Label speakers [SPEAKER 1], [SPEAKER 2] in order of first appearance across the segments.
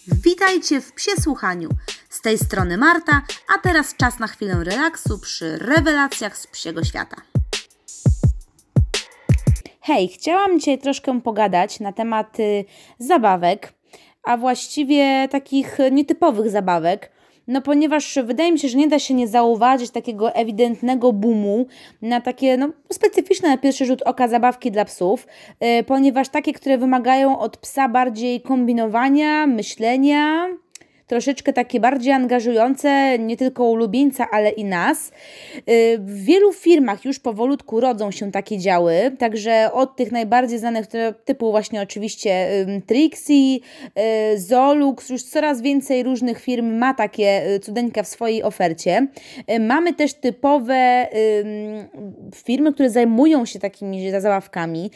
[SPEAKER 1] Witajcie w Psie Słuchaniu. Z tej strony Marta, a teraz czas na chwilę relaksu przy rewelacjach z psiego świata. Hej, chciałam dzisiaj troszkę pogadać na temat zabawek, a właściwie takich nietypowych zabawek, ponieważ wydaje mi się, że nie da się nie zauważyć takiego ewidentnego boomu na takie specyficzne na pierwszy rzut oka zabawki dla psów, ponieważ takie, które wymagają od psa bardziej kombinowania, myślenia, troszeczkę takie bardziej angażujące nie tylko ulubieńca, ale i nas. W wielu firmach już powolutku rodzą się takie działy, także od tych najbardziej znanych typu właśnie oczywiście Trixie, Zolux, już coraz więcej różnych firm ma takie cudeńka w swojej ofercie. Mamy też typowe firmy, które zajmują się takimi zabawkami,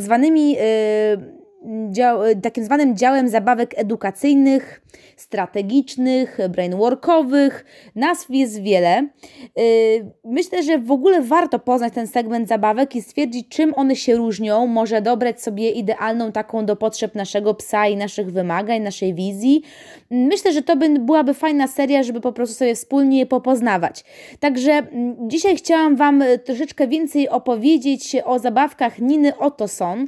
[SPEAKER 1] takim zwanym działem zabawek edukacyjnych, strategicznych, brainworkowych. Nazw jest wiele. Myślę, że w ogóle warto poznać ten segment zabawek i stwierdzić, czym one się różnią. Może dobrać sobie idealną taką do potrzeb naszego psa i naszych wymagań, naszej wizji. Myślę, że to byłaby fajna seria, żeby po prostu sobie wspólnie je popoznawać. Także dzisiaj chciałam Wam troszeczkę więcej opowiedzieć o zabawkach Niny Ottosson,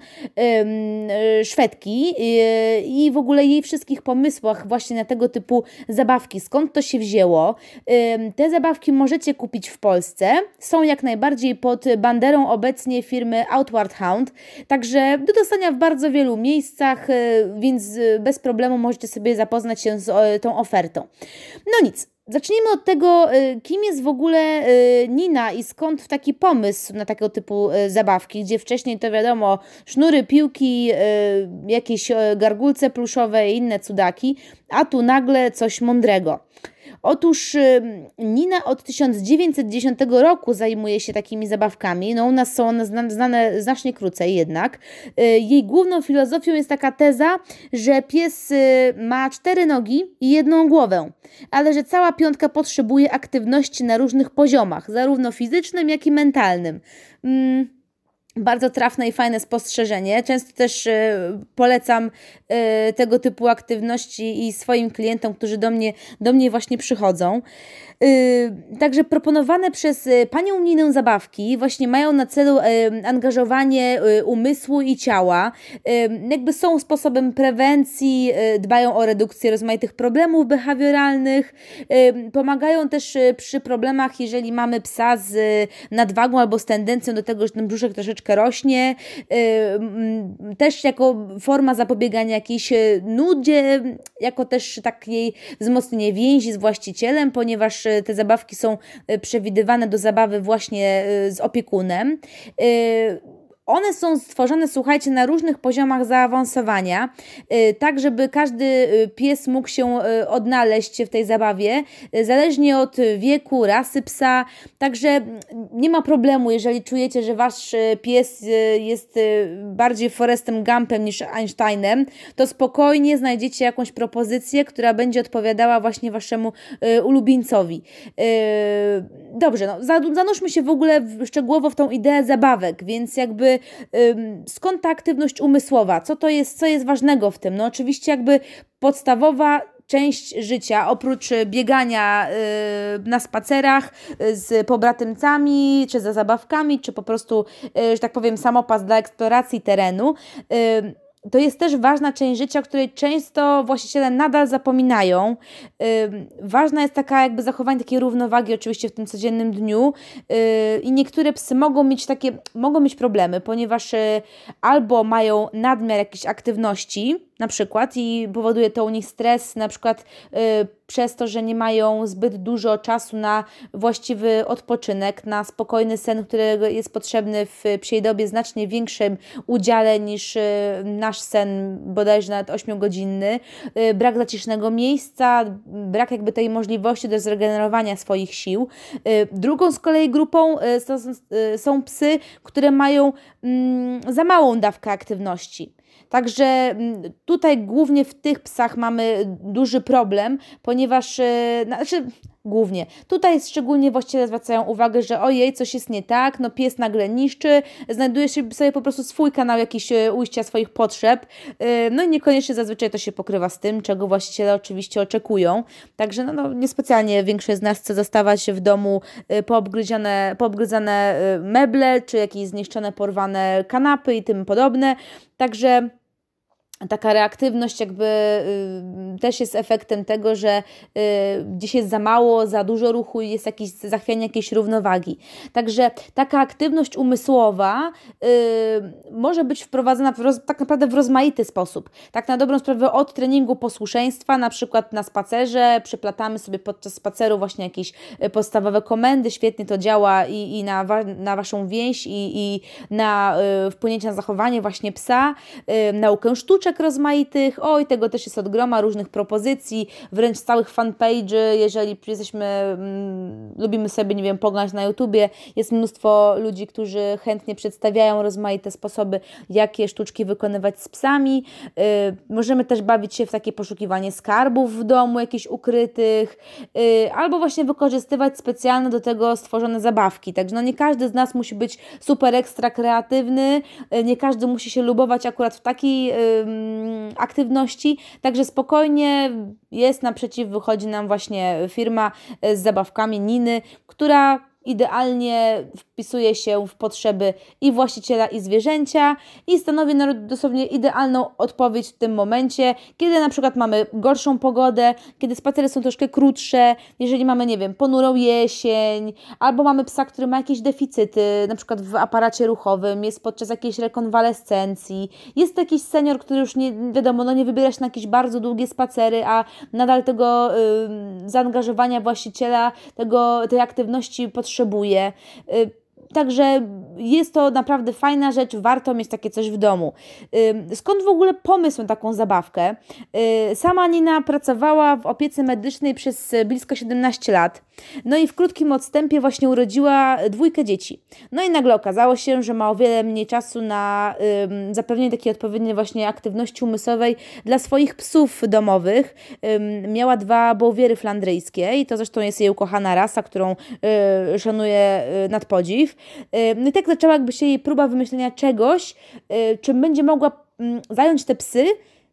[SPEAKER 1] Szwedki, i w ogóle jej wszystkich pomysłach właśnie na tego typu zabawki. Skąd to się wzięło? Te zabawki możecie kupić w Polsce. Są jak najbardziej pod banderą obecnie firmy Outward Hound, także do dostania w bardzo wielu miejscach, więc bez problemu możecie sobie zapoznać się z tą ofertą. No nic. Zacznijmy od tego, kim jest w ogóle Nina i skąd taki pomysł na takiego typu zabawki, gdzie wcześniej to wiadomo sznury, piłki, jakieś gargulce pluszowe i inne cudaki, a tu nagle coś mądrego. Otóż Nina od 1910 roku zajmuje się takimi zabawkami. U nas są one znane znacznie krócej jednak. Jej główną filozofią jest taka teza, że pies ma 4 nogi i 1 głowę, ale że cała piątka potrzebuje aktywności na różnych poziomach, zarówno fizycznym, jak i mentalnym. Bardzo trafne i fajne spostrzeżenie. Często też polecam tego typu aktywności i swoim klientom, którzy do mnie właśnie przychodzą. Także proponowane przez panią Ninę zabawki właśnie mają na celu angażowanie umysłu i ciała. Jakby są sposobem prewencji, dbają o redukcję rozmaitych problemów behawioralnych, pomagają też przy problemach, jeżeli mamy psa z nadwagą albo z tendencją do tego, że ten brzuszek troszeczkę rośnie. Też jako forma zapobiegania jakiejś nudzie, jako też takiej wzmocnienie więzi z właścicielem, ponieważ te zabawki są przewidywane do zabawy właśnie z opiekunem. One są stworzone, słuchajcie, na różnych poziomach zaawansowania, tak żeby każdy pies mógł się odnaleźć w tej zabawie, zależnie od wieku, rasy psa. Także nie ma problemu, jeżeli czujecie, że wasz pies jest bardziej Forrestem Gumpem niż Einsteinem, to spokojnie znajdziecie jakąś propozycję, która będzie odpowiadała właśnie waszemu ulubieńcowi. Dobrze, zanurzmy się w ogóle szczegółowo w tą ideę zabawek, więc jakby skąd ta aktywność umysłowa? Co jest ważnego w tym? Oczywiście jakby podstawowa część życia, oprócz biegania na spacerach z pobratymcami, czy za zabawkami, czy po prostu, że tak powiem, samopas dla eksploracji terenu, to jest też ważna część życia, o której często właściciele nadal zapominają. Ważna jest taka jakby zachowanie takiej równowagi oczywiście w tym codziennym dniu i niektóre psy mogą mieć problemy, ponieważ albo mają nadmiar jakichś aktywności, na przykład, i powoduje to u nich stres, na przykład przez to, że nie mają zbyt dużo czasu na właściwy odpoczynek, na spokojny sen, który jest potrzebny w psiej dobie znacznie większym udziale niż nasz sen, bodajże nawet 8-godzinny, brak zacisznego miejsca, brak jakby tej możliwości do zregenerowania swoich sił. Drugą z kolei grupą są psy, które mają za małą dawkę aktywności. Także tutaj głównie w tych psach mamy duży problem, ponieważ Głównie. Tutaj szczególnie właściciele zwracają uwagę, że ojej, coś jest nie tak, no pies nagle niszczy, znajduje sobie po prostu swój kanał jakiś ujścia swoich potrzeb, no i niekoniecznie zazwyczaj to się pokrywa z tym, czego właściciele oczywiście oczekują. Także niespecjalnie większość z nas chce zostawać w domu poobgryzane meble, czy jakieś zniszczone, porwane kanapy i tym podobne. Także taka reaktywność jakby też jest efektem tego, że gdzieś jest za mało, za dużo ruchu i jest zachwianie jakiejś równowagi. Także taka aktywność umysłowa może być wprowadzana tak naprawdę w rozmaity sposób. Tak na dobrą sprawę od treningu posłuszeństwa, na przykład na spacerze, przeplatamy sobie podczas spaceru właśnie jakieś podstawowe komendy, świetnie to działa i na Waszą więź i na wpłynięcie na zachowanie właśnie psa, naukę sztuczek rozmaitych, tego też jest od groma różnych propozycji, wręcz całych fanpage'y, jeżeli lubimy sobie, nie wiem, poglądać na YouTubie, jest mnóstwo ludzi, którzy chętnie przedstawiają rozmaite sposoby, jakie sztuczki wykonywać z psami. Możemy też bawić się w takie poszukiwanie skarbów w domu, jakichś ukrytych, albo właśnie wykorzystywać specjalne do tego stworzone zabawki. Także nie każdy z nas musi być super ekstra kreatywny, nie każdy musi się lubować akurat w takiej aktywności, także spokojnie wychodzi nam właśnie firma z zabawkami Niny, która idealnie wpisuje się w potrzeby i właściciela, i zwierzęcia i stanowi dosłownie idealną odpowiedź w tym momencie, kiedy na przykład mamy gorszą pogodę, kiedy spacery są troszkę krótsze, jeżeli mamy, nie wiem, ponurą jesień, albo mamy psa, który ma jakieś deficyty, na przykład w aparacie ruchowym, jest podczas jakiejś rekonwalescencji, jest jakiś senior, który już nie wiadomo, nie wybiera się na jakieś bardzo długie spacery, a nadal tego zaangażowania właściciela, tej aktywności potrzebuje. Także jest to naprawdę fajna rzecz, warto mieć takie coś w domu. Skąd w ogóle pomysł na taką zabawkę? Sama Nina pracowała w opiece medycznej przez blisko 17 lat. No i w krótkim odstępie właśnie urodziła 2 dzieci. No i nagle okazało się, że ma o wiele mniej czasu na zapewnienie takiej odpowiedniej właśnie aktywności umysłowej dla swoich psów domowych. Miała 2 bołwiery flandryjskie i to zresztą jest jej ukochana rasa, którą szanuje nad podziw. No i tak zaczęła jakby się jej próba wymyślenia czegoś, czym będzie mogła zająć te psy,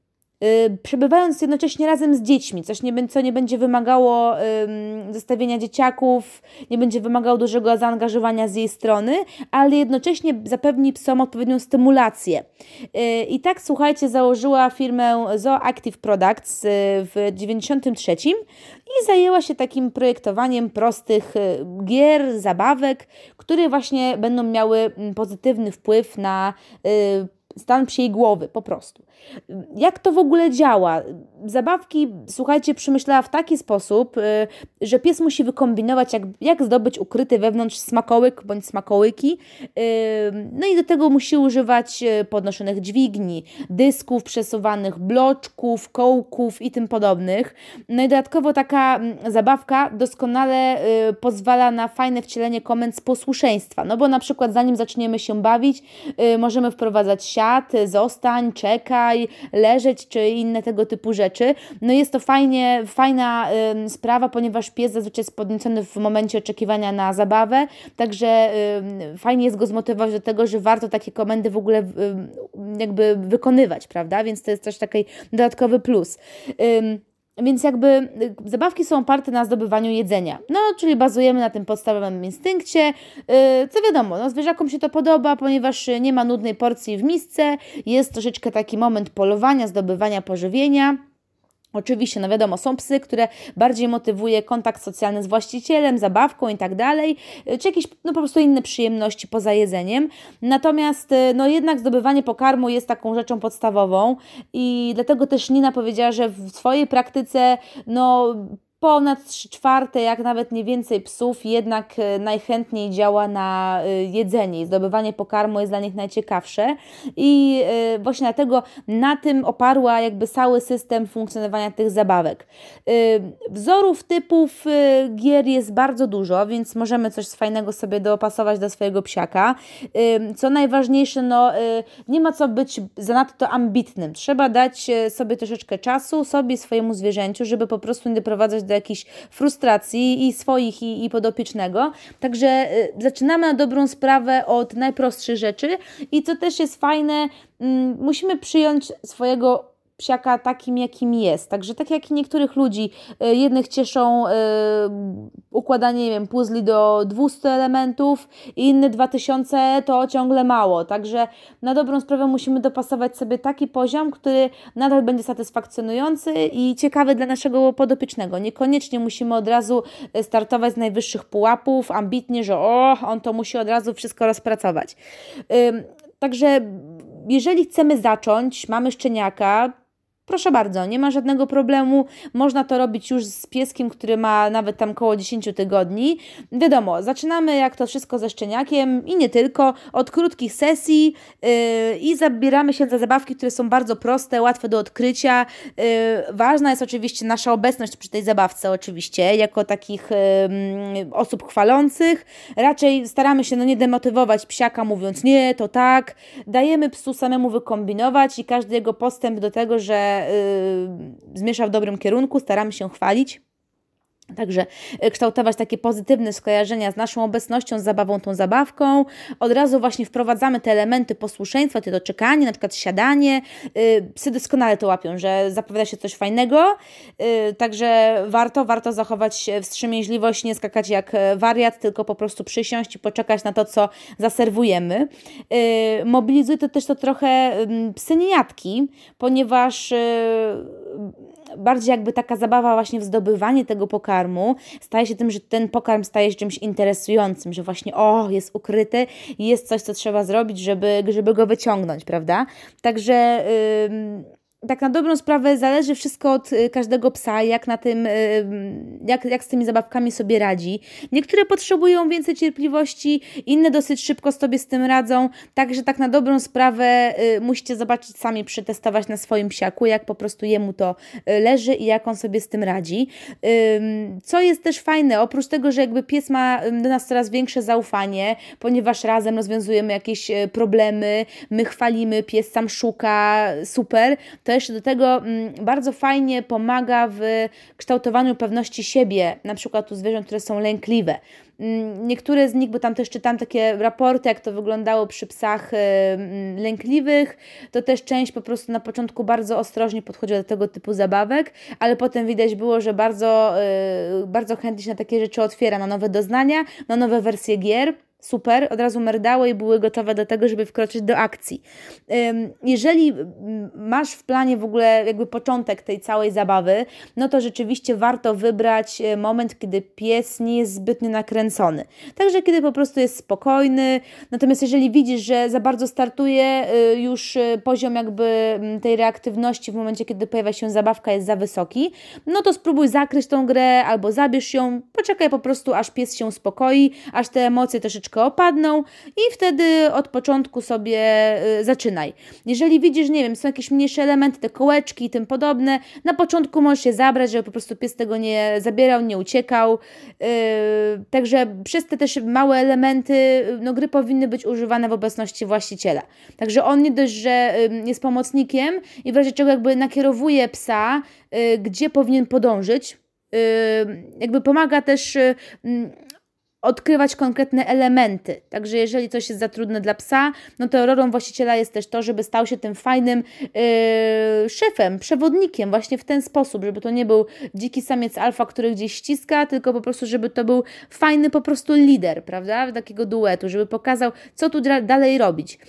[SPEAKER 1] przebywając jednocześnie razem z dziećmi, co nie będzie wymagało zestawienia dzieciaków, nie będzie wymagało dużego zaangażowania z jej strony, ale jednocześnie zapewni psom odpowiednią stymulację. I tak, słuchajcie, założyła firmę Zooactive Products w 1993 i zajęła się takim projektowaniem prostych gier, zabawek, które właśnie będą miały pozytywny wpływ na stan psiej głowy, po prostu. Jak to w ogóle działa? Zabawki, słuchajcie, przemyślała w taki sposób, że pies musi wykombinować, jak zdobyć ukryty wewnątrz smakołyk bądź smakołyki. No i do tego musi używać podnoszonych dźwigni, dysków przesuwanych, bloczków, kołków i tym podobnych. No i dodatkowo taka zabawka doskonale pozwala na fajne wcielenie komend z posłuszeństwa. No bo na przykład zanim zaczniemy się bawić, możemy wprowadzać siad, zostań, czekaj, leżeć czy inne tego typu rzeczy. No jest to fajna sprawa, ponieważ pies zazwyczaj jest podniecony w momencie oczekiwania na zabawę, także fajnie jest go zmotywować do tego, że warto takie komendy w ogóle jakby wykonywać, prawda? Więc to jest też taki dodatkowy plus. Więc jakby zabawki są oparte na zdobywaniu jedzenia. No, czyli bazujemy na tym podstawowym instynkcie. Co wiadomo, zwierzakom się to podoba, ponieważ nie ma nudnej porcji w misce. Jest troszeczkę taki moment polowania, zdobywania pożywienia. Oczywiście, wiadomo, są psy, które bardziej motywuje kontakt socjalny z właścicielem, zabawką i tak dalej, czy jakieś po prostu inne przyjemności poza jedzeniem. Natomiast jednak zdobywanie pokarmu jest taką rzeczą podstawową i dlatego też Nina powiedziała, że w swojej praktyce ponad 3/4, jak nawet nie więcej psów jednak najchętniej działa na jedzenie i zdobywanie pokarmu jest dla nich najciekawsze i właśnie dlatego na tym oparła jakby cały system funkcjonowania tych zabawek. Wzorów, typów gier jest bardzo dużo, więc możemy coś fajnego sobie dopasować do swojego psiaka. Co najważniejsze, nie ma co być zanadto ambitnym. Trzeba dać sobie troszeczkę czasu, sobie, swojemu zwierzęciu, żeby po prostu nie doprowadzać do jakichś frustracji i swoich, i podopiecznego. Także zaczynamy na dobrą sprawę od najprostszych rzeczy i co też jest fajne, musimy przyjąć swojego psiaka takim, jakim jest. Także tak jak i niektórych ludzi, jednych cieszą układanie, nie wiem, puzli do 200 elementów i inne 2000 to ciągle mało. Także na dobrą sprawę musimy dopasować sobie taki poziom, który nadal będzie satysfakcjonujący i ciekawy dla naszego podopiecznego. Niekoniecznie musimy od razu startować z najwyższych pułapów, ambitnie, że on to musi od razu wszystko rozpracować. Także jeżeli chcemy zacząć, mamy szczeniaka, proszę bardzo, nie ma żadnego problemu, można to robić już z pieskiem, który ma nawet tam koło 10 tygodni. Wiadomo, zaczynamy jak to wszystko ze szczeniakiem i nie tylko, od krótkich sesji i zabieramy się za zabawki, które są bardzo proste, łatwe do odkrycia. Ważna jest oczywiście nasza obecność przy tej zabawce oczywiście, jako takich osób chwalących. Raczej staramy się nie demotywować psiaka mówiąc nie, to tak. Dajemy psu samemu wykombinować i każdy jego postęp do tego, że zmierza w dobrym kierunku, staramy się chwalić. Także kształtować takie pozytywne skojarzenia z naszą obecnością, z zabawą tą zabawką. Od razu właśnie wprowadzamy te elementy posłuszeństwa, to czekanie, na przykład siadanie. Psy doskonale to łapią, że zapowiada się coś fajnego. Także warto zachować wstrzemięźliwość, nie skakać jak wariat, tylko po prostu przysiąść i poczekać na to, co zaserwujemy. Mobilizuje to też trochę psy niejadki, ponieważ bardziej jakby taka zabawa właśnie w zdobywanie tego pokarmu staje się tym, że ten pokarm staje się czymś interesującym, że właśnie jest ukryty i jest coś, co trzeba zrobić, żeby go wyciągnąć, prawda? Także tak na dobrą sprawę zależy wszystko od każdego psa, jak z tymi zabawkami sobie radzi. Niektóre potrzebują więcej cierpliwości, inne dosyć szybko sobie z tym radzą, także tak na dobrą sprawę musicie zobaczyć sami, przetestować na swoim psiaku, jak po prostu jemu to leży i jak on sobie z tym radzi. Co jest też fajne, oprócz tego, że jakby pies ma do nas coraz większe zaufanie, ponieważ razem rozwiązujemy jakieś problemy, my chwalimy, pies sam szuka, super, to jeszcze do tego bardzo fajnie pomaga w kształtowaniu pewności siebie, na przykład u zwierząt, które są lękliwe. Niektóre z nich, bo tam też czytam takie raporty, jak to wyglądało przy psach lękliwych, to też część po prostu na początku bardzo ostrożnie podchodziła do tego typu zabawek, ale potem widać było, że bardzo chętnie się na takie rzeczy otwiera, na nowe doznania, na nowe wersje gier. Super, od razu merdały i były gotowe do tego, żeby wkroczyć do akcji. Jeżeli masz w planie w ogóle jakby początek tej całej zabawy, no to rzeczywiście warto wybrać moment, kiedy pies nie jest zbytnio nakręcony. Także kiedy po prostu jest spokojny, natomiast jeżeli widzisz, że za bardzo startuje, już poziom jakby tej reaktywności w momencie, kiedy pojawia się zabawka jest za wysoki, no to spróbuj zakryć tą grę albo zabierz ją, poczekaj po prostu, aż pies się uspokoi, aż te emocje troszeczkę opadną i wtedy od początku sobie zaczynaj. Jeżeli widzisz, nie wiem, są jakieś mniejsze elementy, te kołeczki i tym podobne, na początku możesz je zabrać, żeby po prostu pies tego nie zabierał, nie uciekał. Także przez te też małe elementy gry powinny być używane w obecności właściciela. Także on nie dość, że jest pomocnikiem i w razie czego jakby nakierowuje psa, gdzie powinien podążyć, jakby pomaga też odkrywać konkretne elementy. Także jeżeli coś jest za trudne dla psa, no to rolą właściciela jest też to, żeby stał się tym fajnym szefem, przewodnikiem właśnie w ten sposób, żeby to nie był dziki samiec alfa, który gdzieś ściska, tylko po prostu, żeby to był fajny po prostu lider, prawda? Takiego duetu, żeby pokazał, co tu dalej robić.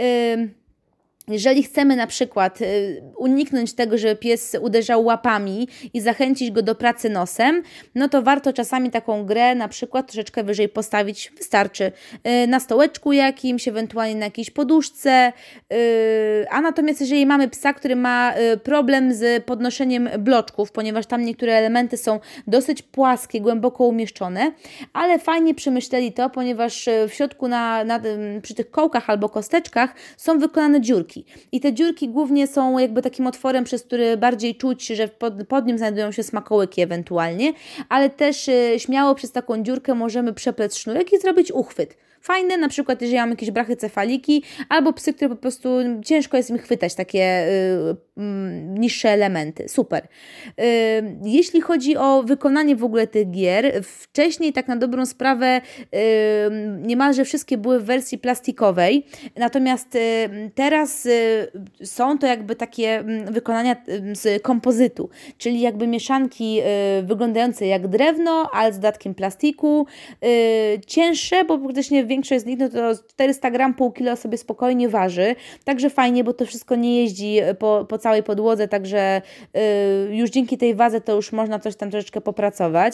[SPEAKER 1] Jeżeli chcemy na przykład uniknąć tego, żeby pies uderzał łapami i zachęcić go do pracy nosem, no to warto czasami taką grę na przykład troszeczkę wyżej postawić, wystarczy na stołeczku jakimś, ewentualnie na jakiejś poduszce, a natomiast jeżeli mamy psa, który ma problem z podnoszeniem bloczków, ponieważ tam niektóre elementy są dosyć płaskie, głęboko umieszczone, ale fajnie przemyśleli to, ponieważ w środku przy tych kołkach albo kosteczkach są wykonane dziurki. I te dziurki głównie są jakby takim otworem, przez który bardziej czuć, że pod nim znajdują się smakołyki ewentualnie, ale też śmiało przez taką dziurkę możemy przeplec sznurek i zrobić uchwyt. Fajne, na przykład jeżeli mam jakieś brachycefaliki, albo psy, które po prostu ciężko jest im chwytać takie niższe elementy. Super. Jeśli chodzi o wykonanie w ogóle tych gier, wcześniej tak na dobrą sprawę niemalże wszystkie były w wersji plastikowej, natomiast teraz są to jakby takie wykonania z kompozytu, czyli jakby mieszanki wyglądające jak drewno, ale z dodatkiem plastiku, cięższe, bo praktycznie większość z nich no to 400 gram, pół kilo sobie spokojnie waży, także fajnie, bo to wszystko nie jeździ po całej podłodze, także już dzięki tej wadze to już można coś tam troszeczkę popracować.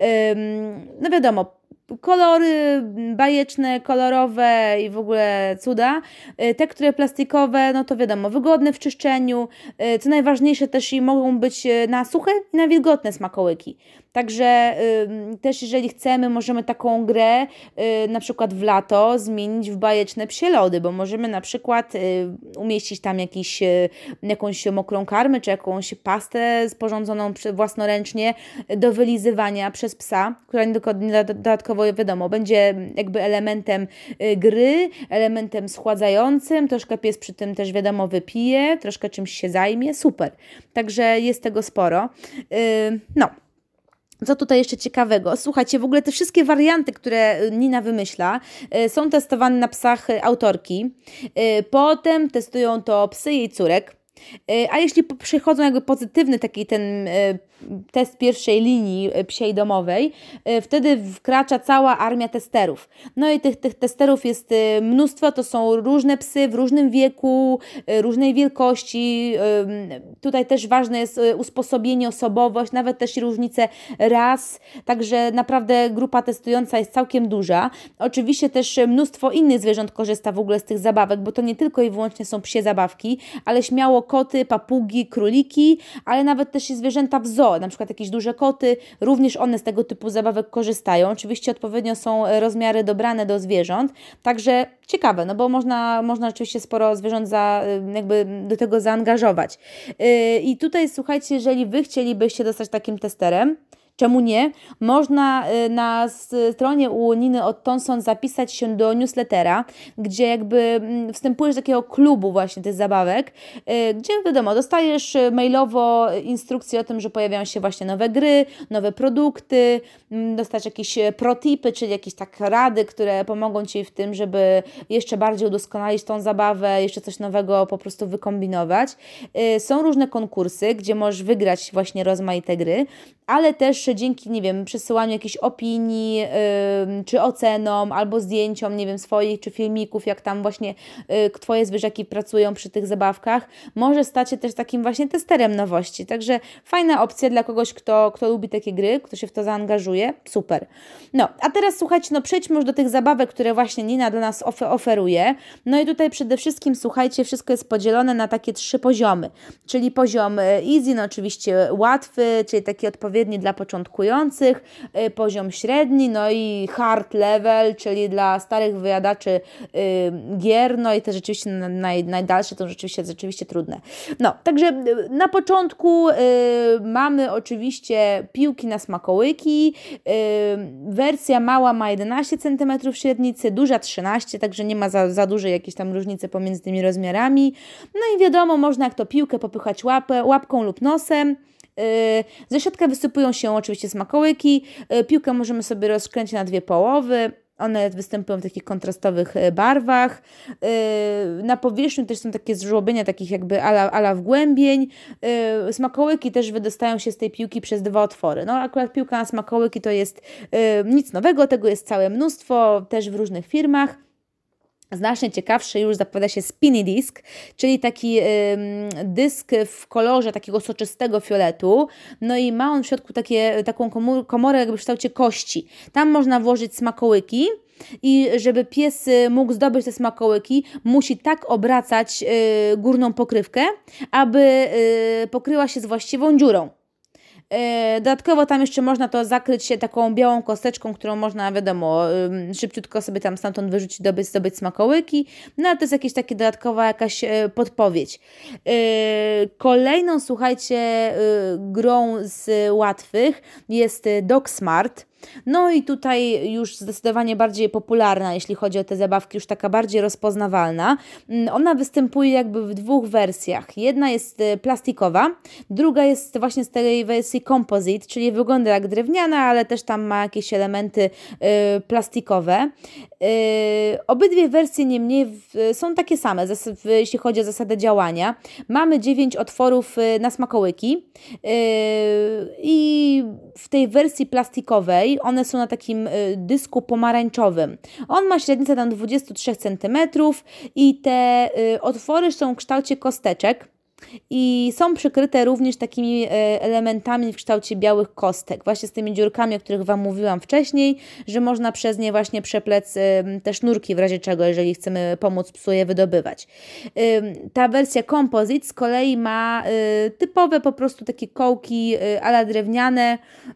[SPEAKER 1] No wiadomo, kolory bajeczne, kolorowe i w ogóle cuda. Te, które plastikowe, no to wiadomo, wygodne w czyszczeniu. Co najważniejsze też i mogą być na suche i na wilgotne smakołyki. Także też jeżeli chcemy, możemy taką grę na przykład w lato zmienić w bajeczne psie lody, bo możemy na przykład umieścić tam jakąś mokrą karmę, czy jakąś pastę sporządzoną własnoręcznie do wylizywania przez psa, która dodatkowo wiadomo, będzie jakby elementem gry, elementem schładzającym, troszkę pies przy tym też wiadomo wypije, troszkę czymś się zajmie, super. Także jest tego sporo. No. Co tutaj jeszcze ciekawego? Słuchajcie, w ogóle te wszystkie warianty, które Nina wymyśla, są testowane na psach autorki. Potem testują to psy jej córek. A jeśli przechodzą jakby pozytywny taki ten test pierwszej linii psiej domowej, wtedy wkracza cała armia testerów. No i tych testerów jest mnóstwo, to są różne psy w różnym wieku, różnej wielkości. Tutaj też ważne jest usposobienie, osobowość, nawet też i różnice ras, także naprawdę grupa testująca jest całkiem duża. Oczywiście też mnóstwo innych zwierząt korzysta w ogóle z tych zabawek, bo to nie tylko i wyłącznie są psie zabawki, ale śmiało koty, papugi, króliki, ale nawet też i zwierzęta w zoo, na przykład jakieś duże koty, również one z tego typu zabawek korzystają. Oczywiście odpowiednio są rozmiary dobrane do zwierząt, także ciekawe, no bo można oczywiście sporo zwierząt jakby do tego zaangażować. I tutaj słuchajcie, jeżeli Wy chcielibyście dostać takim testerem, czemu nie? Można na stronie u Niny od Thomson zapisać się do newslettera, gdzie jakby wstępujesz do takiego klubu właśnie tych zabawek, gdzie wiadomo, dostajesz mailowo instrukcje o tym, że pojawiają się właśnie nowe gry, nowe produkty, dostać jakieś protipy, czyli jakieś tak rady, które pomogą Ci w tym, żeby jeszcze bardziej udoskonalić tą zabawę, jeszcze coś nowego po prostu wykombinować. Są różne konkursy, gdzie możesz wygrać właśnie rozmaite gry, ale też dzięki, nie wiem, przesyłaniu jakichś opinii, czy ocenom, albo zdjęciom, nie wiem, swoich, czy filmików, jak tam właśnie Twoje zwierzaki pracują przy tych zabawkach, może stać się też takim właśnie testerem nowości. Także fajna opcja dla kogoś, kto lubi takie gry, kto się w to zaangażuje. Super. No, a teraz słuchajcie, no przejdźmy już do tych zabawek, które właśnie Nina dla nas oferuje. No i tutaj przede wszystkim, słuchajcie, wszystko jest podzielone na takie 3 poziomy, czyli poziom easy, no oczywiście łatwy, czyli taki odpowiedni dla początkujących, poziom średni, no i hard level, czyli dla starych wyjadaczy gier, no i te rzeczywiście najdalsze to rzeczywiście trudne. No, także na początku mamy oczywiście piłki na smakołyki, wersja mała ma 11 cm średnicy, duża 13, także nie ma za dużej jakiejś tam różnicy pomiędzy tymi rozmiarami. No i wiadomo, można jak to piłkę popychać łapką lub nosem. Ze środka wysypują się oczywiście smakołyki, piłkę możemy sobie rozkręcić na 2 połowy, one występują w takich kontrastowych barwach, na powierzchni też są takie żłobienia takich jakby ala wgłębień, smakołyki też wydostają się z tej piłki przez 2 otwory. No akurat piłka na smakołyki to jest nic nowego, tego jest całe mnóstwo, też w różnych firmach. Znacznie ciekawszy już zapowiada się Spinny Disc, czyli taki dysk w kolorze takiego soczystego fioletu. No i ma on w środku taką komorę jakby w kształcie kości. Tam można włożyć smakołyki i żeby pies mógł zdobyć te smakołyki, musi tak obracać górną pokrywkę, aby pokryła się z właściwą dziurą. Dodatkowo tam jeszcze można to zakryć się taką białą kosteczką, którą można, wiadomo, szybciutko sobie tam stamtąd wyrzucić, zdobyć smakołyki, no ale to jest jakaś taka dodatkowa jakaś podpowiedź. Kolejną, słuchajcie, grą z łatwych jest Dog Smart. No i tutaj już zdecydowanie bardziej popularna, jeśli chodzi o te zabawki, już taka bardziej rozpoznawalna. Ona występuje jakby w dwóch wersjach. Jedna jest plastikowa, druga jest właśnie z tej wersji composite, czyli wygląda jak drewniana, ale też tam ma jakieś elementy plastikowe. Obydwie wersje niemniej są takie same, jeśli chodzi o zasadę działania. Mamy 9 otworów na smakołyki i w tej wersji plastikowej one są na takim dysku pomarańczowym. On ma średnicę tam 23 cm i te otwory są w kształcie kosteczek i są przykryte również takimi elementami w kształcie białych kostek, właśnie z tymi dziurkami, o których Wam mówiłam wcześniej, że można przez nie właśnie przeplec te sznurki w razie czego, jeżeli chcemy pomóc psu je wydobywać. Ta wersja Composite z kolei ma typowe po prostu takie kołki ala drewniane,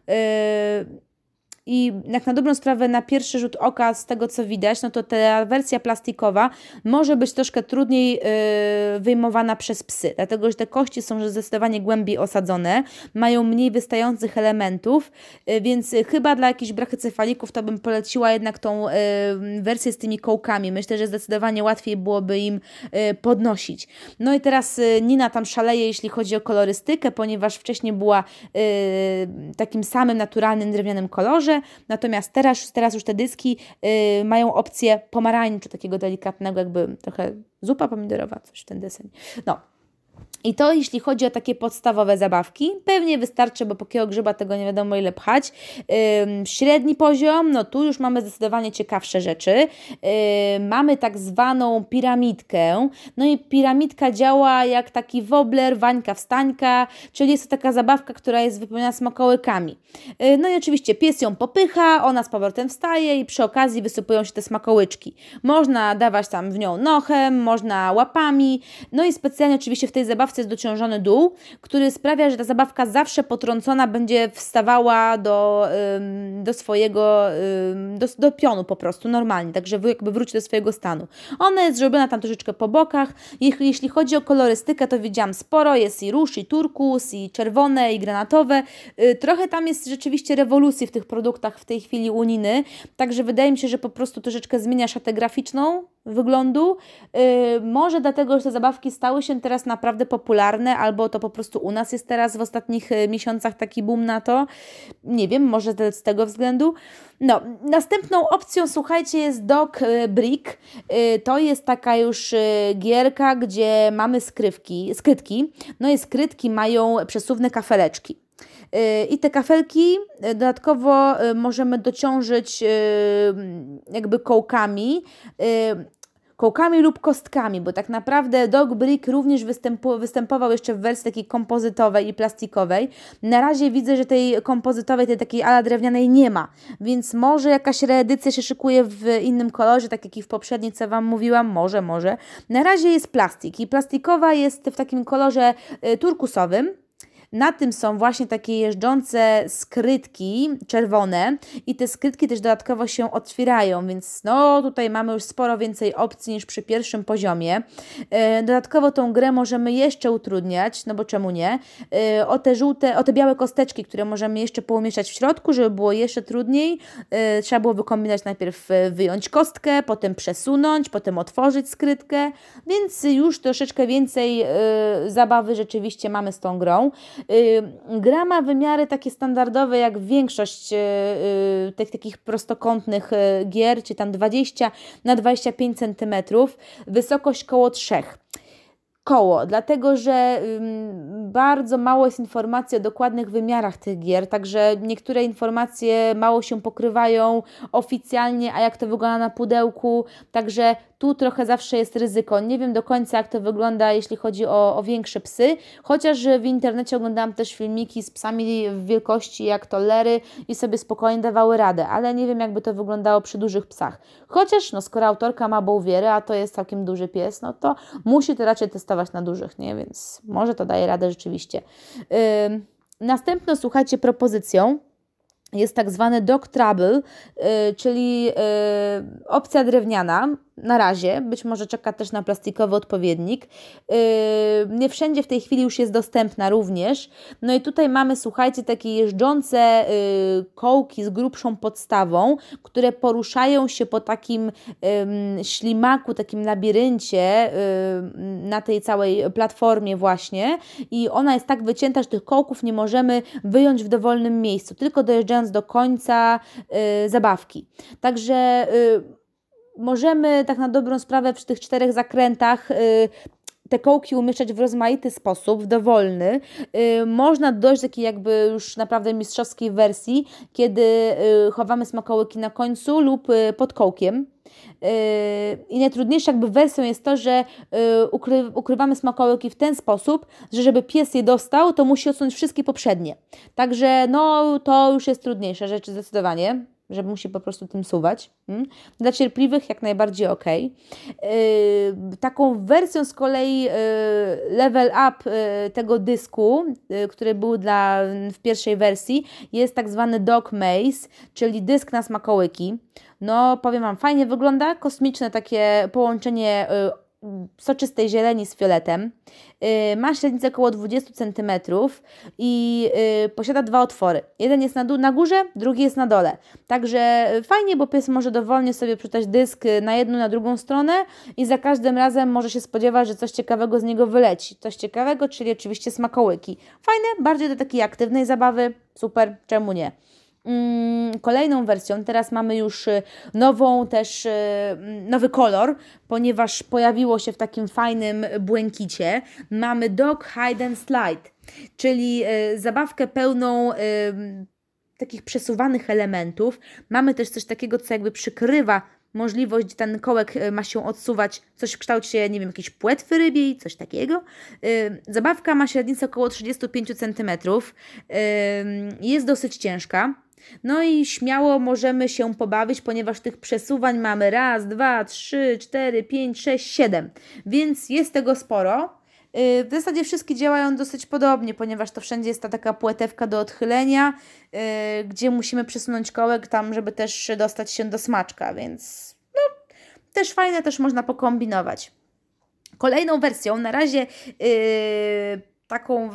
[SPEAKER 1] i jak na dobrą sprawę na pierwszy rzut oka z tego co widać, no to ta wersja plastikowa może być troszkę trudniej wyjmowana przez psy, dlatego że te kości są zdecydowanie głębiej osadzone, mają mniej wystających elementów, więc chyba dla jakichś brachycefalików to bym poleciła jednak tą wersję z tymi kołkami. Myślę, że zdecydowanie łatwiej byłoby im podnosić. No i teraz Nina tam szaleje, jeśli chodzi o kolorystykę, ponieważ wcześniej była takim samym naturalnym drewnianym kolorze, natomiast teraz już te dyski mają opcję pomarańczu, takiego delikatnego, jakby trochę zupa pomidorowa, coś w ten deseń. No. I to jeśli chodzi o takie podstawowe zabawki, pewnie wystarczy, bo po kilo grzyba tego nie wiadomo ile pchać. Średni poziom, no tu już mamy zdecydowanie ciekawsze rzeczy. Mamy tak zwaną piramidkę, no i piramidka działa jak taki wobbler, wańka wstańka, czyli jest to taka zabawka, która jest wypełniona smakołykami. No i oczywiście pies ją popycha, ona z powrotem wstaje i przy okazji wysypują się te smakołyczki. Można dawać tam w nią nochem, można łapami, no i specjalnie oczywiście w tej zabawce jest dociążony dół, który sprawia, że ta zabawka zawsze potrącona będzie wstawała do swojego, do pionu po prostu normalnie, także jakby wróci do swojego stanu. Ona jest zrobiona tam troszeczkę po bokach. Jeśli chodzi o kolorystykę, to widziałam sporo, jest i róż, i turkus, i czerwone, i granatowe. Trochę tam jest rzeczywiście rewolucji w tych produktach w tej chwili u Niny, także wydaje mi się, że po prostu troszeczkę zmienia szatę graficzną wyglądu. Może dlatego, że te zabawki stały się teraz naprawdę popularne, albo to po prostu u nas jest teraz w ostatnich miesiącach taki boom na to. Nie wiem, może z tego względu. No, następną opcją, słuchajcie, jest Dog Brick. To jest taka już gierka, gdzie mamy skrytki. No i skrytki mają przesuwne kafeleczki. I te kafelki dodatkowo możemy dociążyć jakby kołkami lub kostkami, bo tak naprawdę Dog Brick również występował jeszcze w wersji takiej kompozytowej i plastikowej. Na razie widzę, że tej kompozytowej, tej takiej ala drewnianej nie ma, więc może jakaś reedycja się szykuje w innym kolorze, tak jak i w poprzedniej, co Wam mówiłam, może. Na razie jest plastik i plastikowa jest w takim kolorze turkusowym. Na tym są właśnie takie jeżdżące skrytki czerwone i te skrytki też dodatkowo się otwierają, więc no tutaj mamy już sporo więcej opcji niż przy pierwszym poziomie. Dodatkowo tą grę możemy jeszcze utrudniać, no bo czemu nie? O te białe kosteczki, które możemy jeszcze poumieszczać w środku, żeby było jeszcze trudniej. Trzeba było wykombinować najpierw wyjąć kostkę, potem przesunąć, potem otworzyć skrytkę, więc już troszeczkę więcej zabawy rzeczywiście mamy z tą grą. Gra ma wymiary takie standardowe jak większość tych takich prostokątnych gier, czy tam 20 na 25 cm, wysokość koło 3. Dlatego że bardzo mało jest informacji o dokładnych wymiarach tych gier, także niektóre informacje mało się pokrywają oficjalnie, a jak to wygląda na pudełku, także tu trochę zawsze jest ryzyko. Nie wiem do końca, jak to wygląda, jeśli chodzi o większe psy, chociaż w internecie oglądałam też filmiki z psami w wielkości jak tolery i sobie spokojnie dawały radę, ale nie wiem, jakby to wyglądało przy dużych psach. Chociaż, no skoro autorka ma Bouwiery, a to jest całkiem duży pies, no to musi to raczej testować na dużych, nie? Więc może to daje radę rzeczywiście. Następną, słuchajcie, propozycją jest tak zwany Dog Trouble, czyli opcja drewniana. na razie, być może czeka też na plastikowy odpowiednik. Nie wszędzie w tej chwili już jest dostępna również. No i tutaj mamy, słuchajcie, takie jeżdżące kołki z grubszą podstawą, które poruszają się po takim ślimaku, takim labiryncie na tej całej platformie właśnie i ona jest tak wycięta, że tych kołków nie możemy wyjąć w dowolnym miejscu, tylko dojeżdżając do końca zabawki. Także możemy tak na dobrą sprawę przy tych 4 zakrętach te kołki umieszczać w rozmaity sposób, w dowolny. Można dojść do takiej jakby już naprawdę mistrzowskiej wersji, kiedy chowamy smakołyki na końcu lub pod kołkiem. I najtrudniejszą jakby wersją jest to, że ukrywamy smakołyki w ten sposób, że żeby pies je dostał, to musi odsunąć wszystkie poprzednie. Także no to już jest trudniejsza rzecz zdecydowanie, że musi po prostu tym suwać. Dla cierpliwych jak najbardziej ok. Taką wersją z kolei level up tego dysku, który był w pierwszej wersji, jest tak zwany Dog Maze, czyli dysk na smakołyki. No powiem Wam, fajnie wygląda, kosmiczne takie połączenie soczystej zieleni z fioletem. Ma średnicę około 20 cm i posiada 2 otwory. Jeden jest na górze, drugi jest na dole. Także fajnie, bo pies może dowolnie sobie przeczytać dysk na jedną, na drugą stronę i za każdym razem może się spodziewać, że coś ciekawego z niego wyleci. Coś ciekawego, czyli oczywiście smakołyki. Fajne, bardziej do takiej aktywnej zabawy. Super, czemu nie? Kolejną wersją, teraz mamy już nowy kolor, ponieważ pojawiło się w takim fajnym błękicie. Mamy Dog Hide and Slide, czyli zabawkę pełną takich przesuwanych elementów. Mamy też coś takiego, co jakby przykrywa możliwość, gdzie ten kołek ma się odsuwać, coś w kształcie, nie wiem, jakiejś płetwy rybiej, coś takiego. Zabawka ma średnicę około 35 cm, jest dosyć ciężka. No i śmiało możemy się pobawić, ponieważ tych przesuwań mamy 1, 2, 3, 4, 5, 6, 7, więc jest tego sporo. W zasadzie wszystkie działają dosyć podobnie, ponieważ to wszędzie jest ta taka płetewka do odchylenia, gdzie musimy przesunąć kołek tam, żeby też dostać się do smaczka, więc no, też fajne, też można pokombinować. Kolejną wersją, na razie taką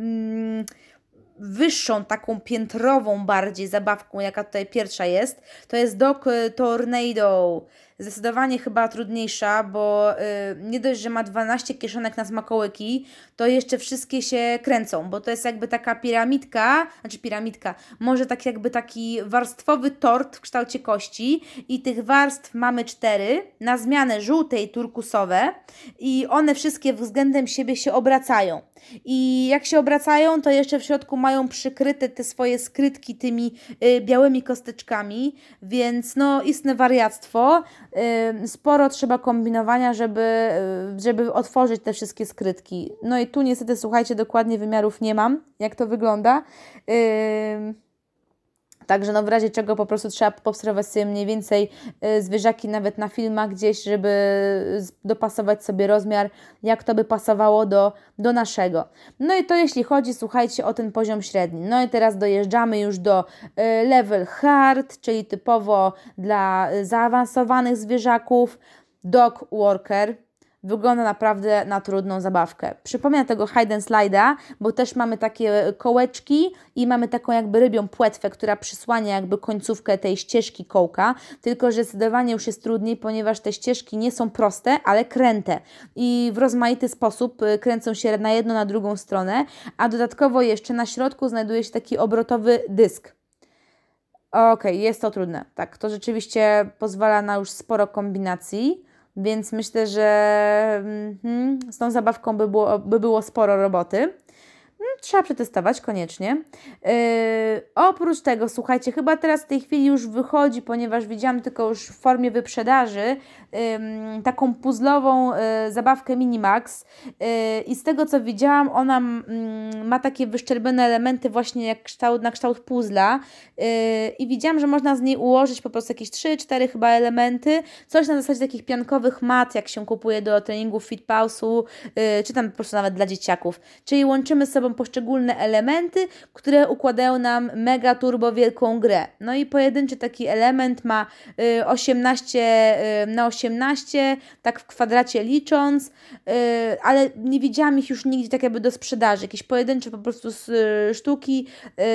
[SPEAKER 1] wyższą, taką piętrową bardziej zabawką, jaka tutaj pierwsza jest, to jest Dog Tornado. Zdecydowanie chyba trudniejsza, bo nie dość, że ma 12 kieszonek na smakołyki, to jeszcze wszystkie się kręcą, bo to jest jakby taka piramidka, może tak jakby taki warstwowy tort w kształcie kości i tych warstw mamy 4, na zmianę żółte i turkusowe i one wszystkie względem siebie się obracają. I jak się obracają, to jeszcze w środku mają przykryte te swoje skrytki tymi białymi kosteczkami, więc no istne wariactwo. Sporo trzeba kombinowania, żeby otworzyć te wszystkie skrytki. No i tu niestety, słuchajcie, dokładnie wymiarów nie mam, jak to wygląda. Także no w razie czego po prostu trzeba poobserwować sobie mniej więcej zwierzaki nawet na filmach gdzieś, żeby dopasować sobie rozmiar, jak to by pasowało do naszego. No i to jeśli chodzi, słuchajcie, o ten poziom średni. No i teraz dojeżdżamy już do level hard, czyli typowo dla zaawansowanych zwierzaków. Dog Walker. Wygląda naprawdę na trudną zabawkę. Przypomnę tego hide and slide'a, bo też mamy takie kołeczki i mamy taką jakby rybią płetwę, która przysłania jakby końcówkę tej ścieżki kołka, tylko że zdecydowanie już jest trudniej, ponieważ te ścieżki nie są proste, ale kręte i w rozmaity sposób kręcą się na jedną, na drugą stronę, a dodatkowo jeszcze na środku znajduje się taki obrotowy dysk. Okej, jest to trudne. Tak, to rzeczywiście pozwala na już sporo kombinacji. Więc myślę, że z tą zabawką by było sporo roboty. Trzeba przetestować koniecznie. Oprócz tego, słuchajcie, chyba teraz w tej chwili już wychodzi, ponieważ widziałam tylko już w formie wyprzedaży taką puzzlową zabawkę Minimax i z tego co widziałam, ona ma takie wyszczerbione elementy właśnie jak na kształt puzzla i widziałam, że można z niej ułożyć po prostu jakieś 3-4 chyba elementy, coś na zasadzie takich piankowych mat, jak się kupuje do treningów Fit Pause'u, czy tam po prostu nawet dla dzieciaków. Czyli łączymy z sobą po poszczególne elementy, które układają nam mega turbo wielką grę. No i pojedynczy taki element ma 18 na 18, tak w kwadracie licząc, ale nie widziałam ich już nigdzie tak jakby do sprzedaży. Jakieś pojedyncze po prostu sztuki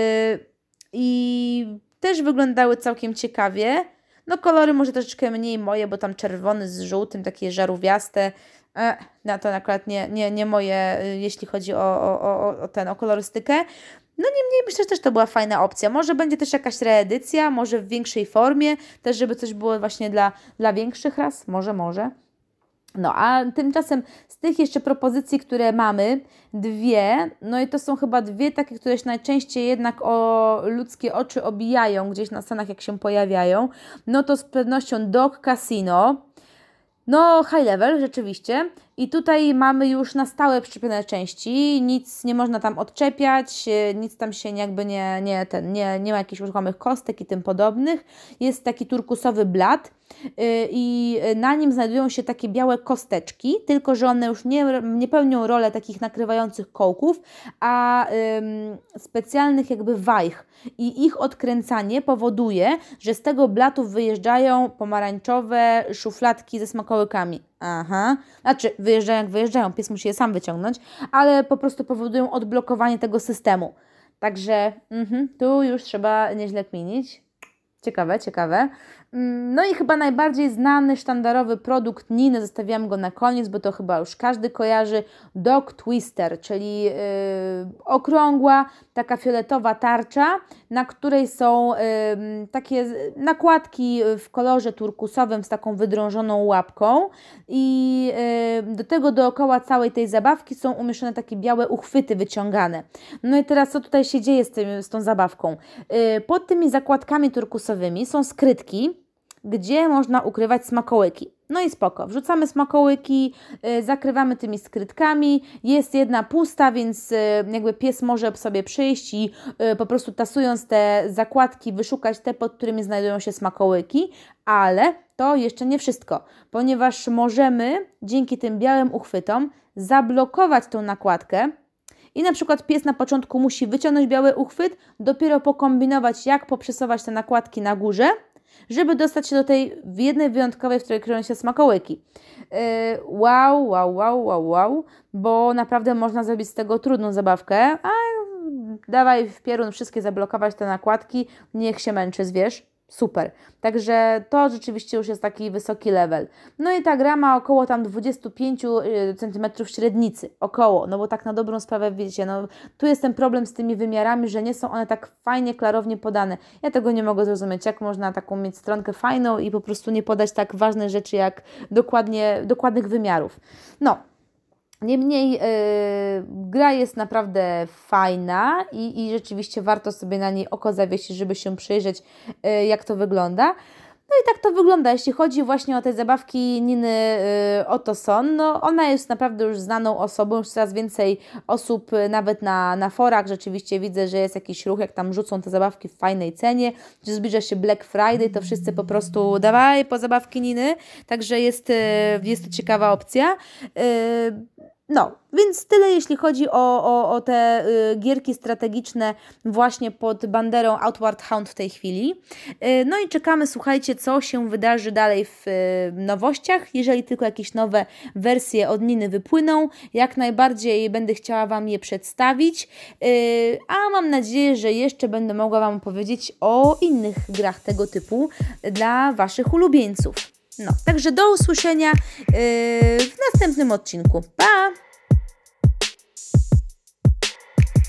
[SPEAKER 1] i też wyglądały całkiem ciekawie. No kolory może troszeczkę mniej moje, bo tam czerwony z żółtym, takie żarówiaste. No to akurat nie moje, jeśli chodzi o kolorystykę. No niemniej myślę, że też to była fajna opcja. Może będzie też jakaś reedycja, może w większej formie, też żeby coś było właśnie dla większych ras, może. No a tymczasem z tych jeszcze propozycji, które mamy, dwie, no i to są chyba dwie takie, które się najczęściej jednak o ludzkie oczy obijają gdzieś na Stanach, jak się pojawiają, no to z pewnością Dog Casino. No, high level, rzeczywiście. I tutaj mamy już na stałe przyczepione części, nic nie można tam odczepiać, nic tam się jakby nie ma jakichś uruchomych kostek i tym podobnych. Jest taki turkusowy blat i na nim znajdują się takie białe kosteczki, tylko że one już nie pełnią rolę takich nakrywających kołków, a specjalnych jakby wajch. I ich odkręcanie powoduje, że z tego blatu wyjeżdżają pomarańczowe szufladki ze smakołykami. Znaczy wyjeżdżają, pies musi je sam wyciągnąć, ale po prostu powodują odblokowanie tego systemu. Także tu już trzeba nieźle kminić. Ciekawe. No i chyba najbardziej znany, sztandarowy produkt Niny, zostawiam go na koniec, bo to chyba już każdy kojarzy, Dog Twister, czyli okrągła, taka fioletowa tarcza, na której są takie nakładki w kolorze turkusowym z taką wydrążoną łapką i do tego dookoła całej tej zabawki są umieszczone takie białe uchwyty wyciągane. No i teraz co tutaj się dzieje z tą zabawką? Pod tymi zakładkami turkusowymi są skrytki, gdzie można ukrywać smakołyki. No i spoko, wrzucamy smakołyki, zakrywamy tymi skrytkami, jest jedna pusta, więc jakby pies może sobie przyjść i po prostu tasując te zakładki wyszukać te, pod którymi znajdują się smakołyki, ale to jeszcze nie wszystko, ponieważ możemy dzięki tym białym uchwytom zablokować tą nakładkę i na przykład pies na początku musi wyciągnąć biały uchwyt, dopiero pokombinować, jak poprzesuwać te nakładki na górze, żeby dostać się do tej jednej wyjątkowej, w której kryją się smakołyki. Wow, bo naprawdę można zrobić z tego trudną zabawkę, a dawaj w pierun wszystkie zablokować te nakładki, niech się męczy zwierz. Super. Także to rzeczywiście już jest taki wysoki level. No i ta gra ma około tam 25 cm średnicy. Około, no bo tak na dobrą sprawę wiecie, no tu jest ten problem z tymi wymiarami, że nie są one tak fajnie, klarownie podane. Ja tego nie mogę zrozumieć, jak można taką mieć stronkę fajną i po prostu nie podać tak ważnych rzeczy jak dokładnych wymiarów. No. Niemniej gra jest naprawdę fajna i rzeczywiście warto sobie na niej oko zawiesić, żeby się przyjrzeć, jak to wygląda. No i tak to wygląda, jeśli chodzi właśnie o te zabawki Niny Otoson, no ona jest naprawdę już znaną osobą, już coraz więcej osób nawet na forach, rzeczywiście widzę, że jest jakiś ruch, jak tam rzucą te zabawki w fajnej cenie, że zbliża się Black Friday, to wszyscy po prostu dawaj po zabawki Niny, także jest to ciekawa opcja. No, więc tyle jeśli chodzi o te gierki strategiczne właśnie pod banderą Outward Hound w tej chwili. No i czekamy, słuchajcie, co się wydarzy dalej w nowościach. Jeżeli tylko jakieś nowe wersje od Niny wypłyną, jak najbardziej będę chciała Wam je przedstawić, a mam nadzieję, że jeszcze będę mogła Wam opowiedzieć o innych grach tego typu dla Waszych ulubieńców. No, także do usłyszenia w następnym odcinku. Pa!